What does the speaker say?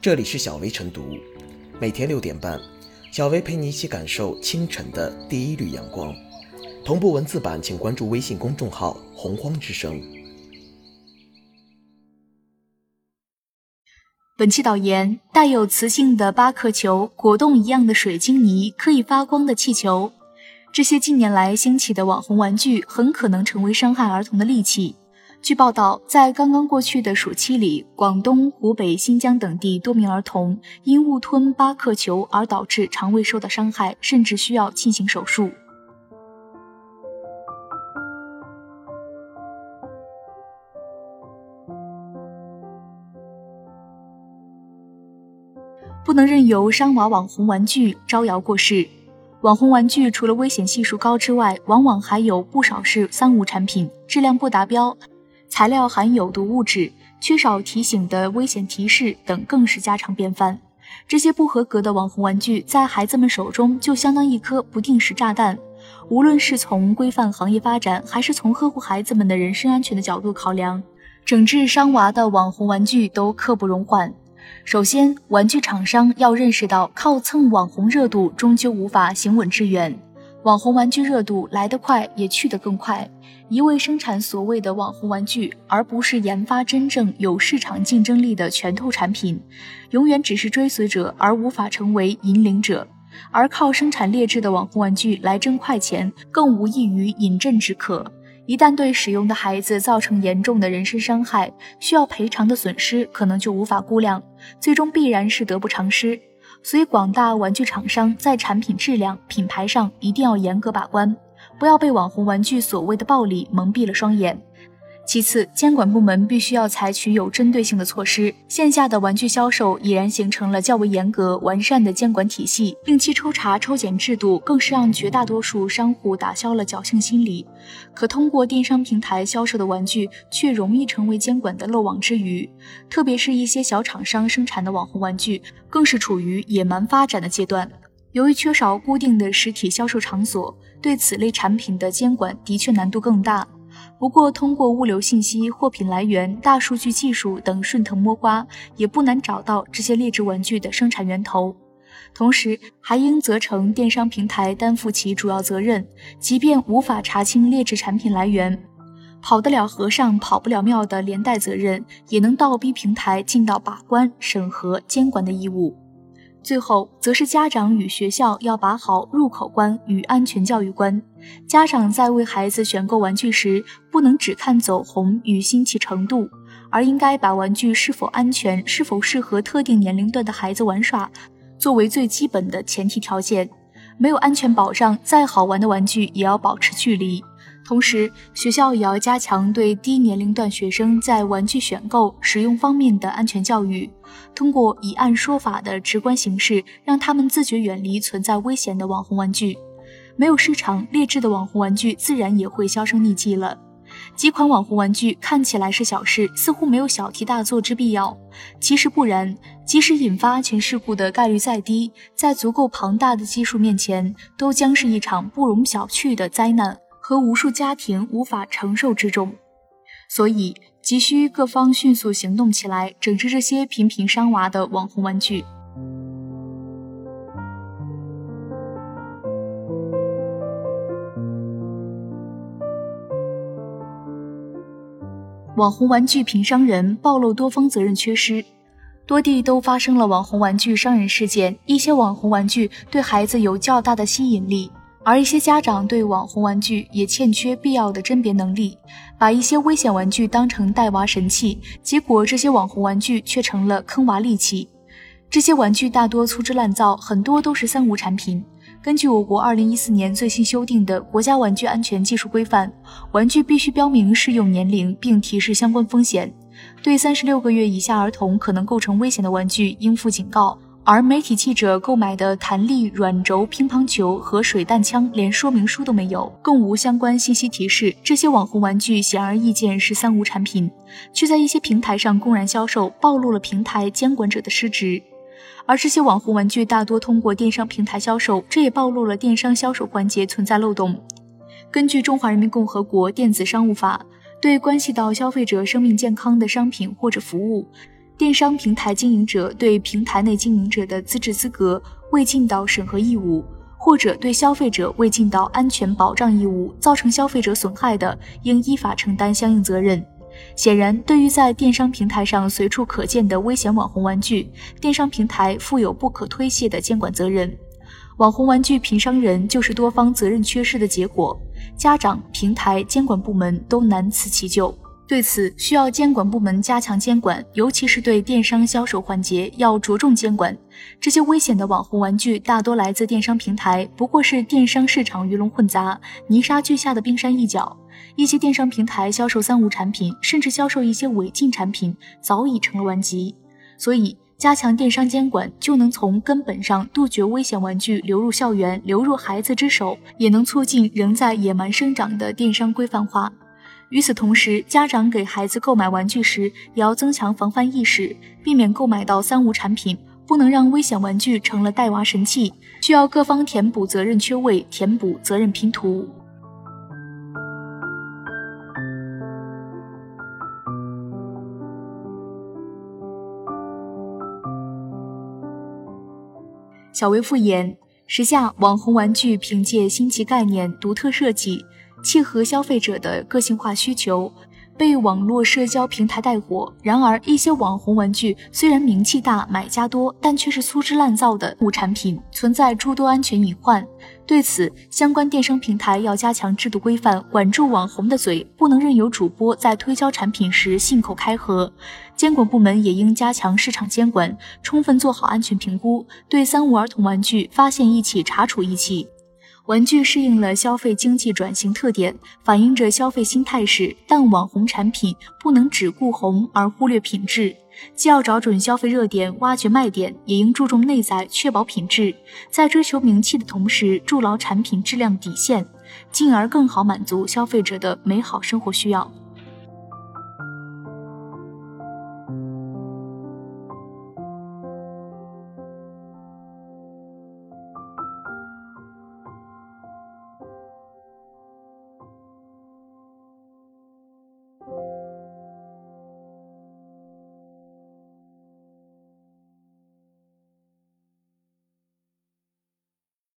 这里是小薇晨读，每天6点半，小薇陪你一起感受清晨的第一缕阳光。同步文字版请关注微信公众号洪荒之声。 本期导言：带有磁性的巴克球、果冻一样的水晶泥、可以发光的气球，这些近年来兴起的网红玩具很可能成为伤害儿童的利器。据报道，在刚刚过去的暑期里，广东、湖北、新疆等地多名儿童因误吞巴克球而导致肠胃受到伤害，甚至需要进行手术。不能任由伤娃网红玩具招摇过市。网红玩具除了危险系数高之外，往往还有不少是三无产品，质量不达标，材料含有毒物质，缺少提醒的危险提示等更是家常便饭。这些不合格的网红玩具在孩子们手中就相当一颗不定时炸弹。无论是从规范行业发展，还是从呵护孩子们的人身安全的角度考量，整治伤娃的网红玩具都刻不容缓。首先，玩具厂商要认识到，靠蹭网红热度终究无法行稳致远。网红玩具热度来得快，也去得更快。一味生产所谓的网红玩具，而不是研发真正有市场竞争力的拳头产品，永远只是追随者，而无法成为引领者。而靠生产劣质的网红玩具来挣快钱，更无异于饮鸩止渴。一旦对使用的孩子造成严重的人身伤害，需要赔偿的损失可能就无法估量，最终必然是得不偿失。所以广大玩具厂商在产品质量、品牌上一定要严格把关，不要被网红玩具所谓的暴利蒙蔽了双眼。其次，监管部门必须要采取有针对性的措施。线下的玩具销售已然形成了较为严格完善的监管体系，定期抽查抽检制度更是让绝大多数商户打消了侥幸心理。可通过电商平台销售的玩具却容易成为监管的漏网之鱼，特别是一些小厂商生产的网红玩具更是处于野蛮发展的阶段。由于缺少固定的实体销售场所，对此类产品的监管的确难度更大。不过通过物流信息、货品来源、大数据技术等顺藤摸瓜，也不难找到这些劣质玩具的生产源头。同时还应责成电商平台担负起主要责任，即便无法查清劣质产品来源，跑得了和尚跑不了庙的连带责任，也能倒逼平台尽到把关、审核、监管的义务。最后则是家长与学校要把好入口关与安全教育关。家长在为孩子选购玩具时，不能只看走红与新奇程度，而应该把玩具是否安全、是否适合特定年龄段的孩子玩耍作为最基本的前提条件。没有安全保障，再好玩的玩具也要保持距离。同时，学校也要加强对低年龄段学生在玩具选购、使用方面的安全教育，通过以案说法的直观形式，让他们自觉远离存在危险的网红玩具。没有市场，劣质的网红玩具自然也会销声匿迹了。几款网红玩具看起来是小事，似乎没有小题大做之必要，其实不然。即使引发安全事故的概率再低，在足够庞大的基数面前，都将是一场不容小觑的灾难和无数家庭无法承受之重。所以急需各方迅速行动起来，整治这些频频伤娃的网红玩具。网红玩具频伤人，暴露多方责任缺失。多地都发生了网红玩具伤人事件，一些网红玩具对孩子有较大的吸引力，而一些家长对网红玩具也欠缺必要的甄别能力，把一些危险玩具当成带娃神器，结果这些网红玩具却成了坑娃利器。这些玩具大多粗制滥造，很多都是三无产品。根据我国2014年最新修订的国家玩具安全技术规范，玩具必须标明适用年龄，并提示相关风险。对36个月以下儿童可能构成危险的玩具应负警告，而媒体记者购买的弹力软轴乒乓球和水弹枪连说明书都没有，更无相关信息提示。这些网红玩具显而易见是三无产品，却在一些平台上公然销售，暴露了平台监管者的失职。而这些网红玩具大多通过电商平台销售，这也暴露了电商销售环节存在漏洞。根据《中华人民共和国电子商务法》，对关系到消费者生命健康的商品或者服务， 电商平台经营者对平台内经营者的资质资格未尽到审核义务，或者对消费者未尽到安全保障义务，造成消费者损害的，应依法承担相应责任。显然，对于在电商平台上随处可见的危险网红玩具，电商平台负有不可推卸的监管责任。网红玩具评商人就是多方责任缺失的结果，家长、平台、监管部门都难辞其咎。对此，需要监管部门加强监管，尤其是对电商销售环节要着重监管。这些危险的网红玩具大多来自电商平台，不过是电商市场鱼龙混杂、泥沙俱下的冰山一角。一些电商平台销售三无产品，甚至销售一些违禁产品，早已成了顽疾。所以，加强电商监管，就能从根本上杜绝危险玩具流入校园、流入孩子之手，也能促进仍在野蛮生长的电商规范化。与此同时，家长给孩子购买玩具时，也要增强防范意识，避免购买到三无产品，不能让危险玩具成了带娃神器，需要各方填补责任缺位，填补责任拼图。小微复言，时下网红玩具凭借新奇概念、独特设计，契合消费者的个性化需求，被网络社交平台带火。然而，一些网红玩具虽然名气大、买家多，但却是粗制滥造的物产品，存在诸多安全隐患。对此，相关电商平台要加强制度规范，管住网红的嘴，不能任由主播在推销产品时信口开河。监管部门也应加强市场监管，充分做好安全评估，对三无儿童玩具发现一起查处一起。玩具适应了消费经济转型特点，反映着消费新态势，但网红产品不能只顾红而忽略品质，既要找准消费热点，挖掘卖点，也应注重内在，确保品质，在追求名气的同时筑牢产品质量底线，进而更好满足消费者的美好生活需要。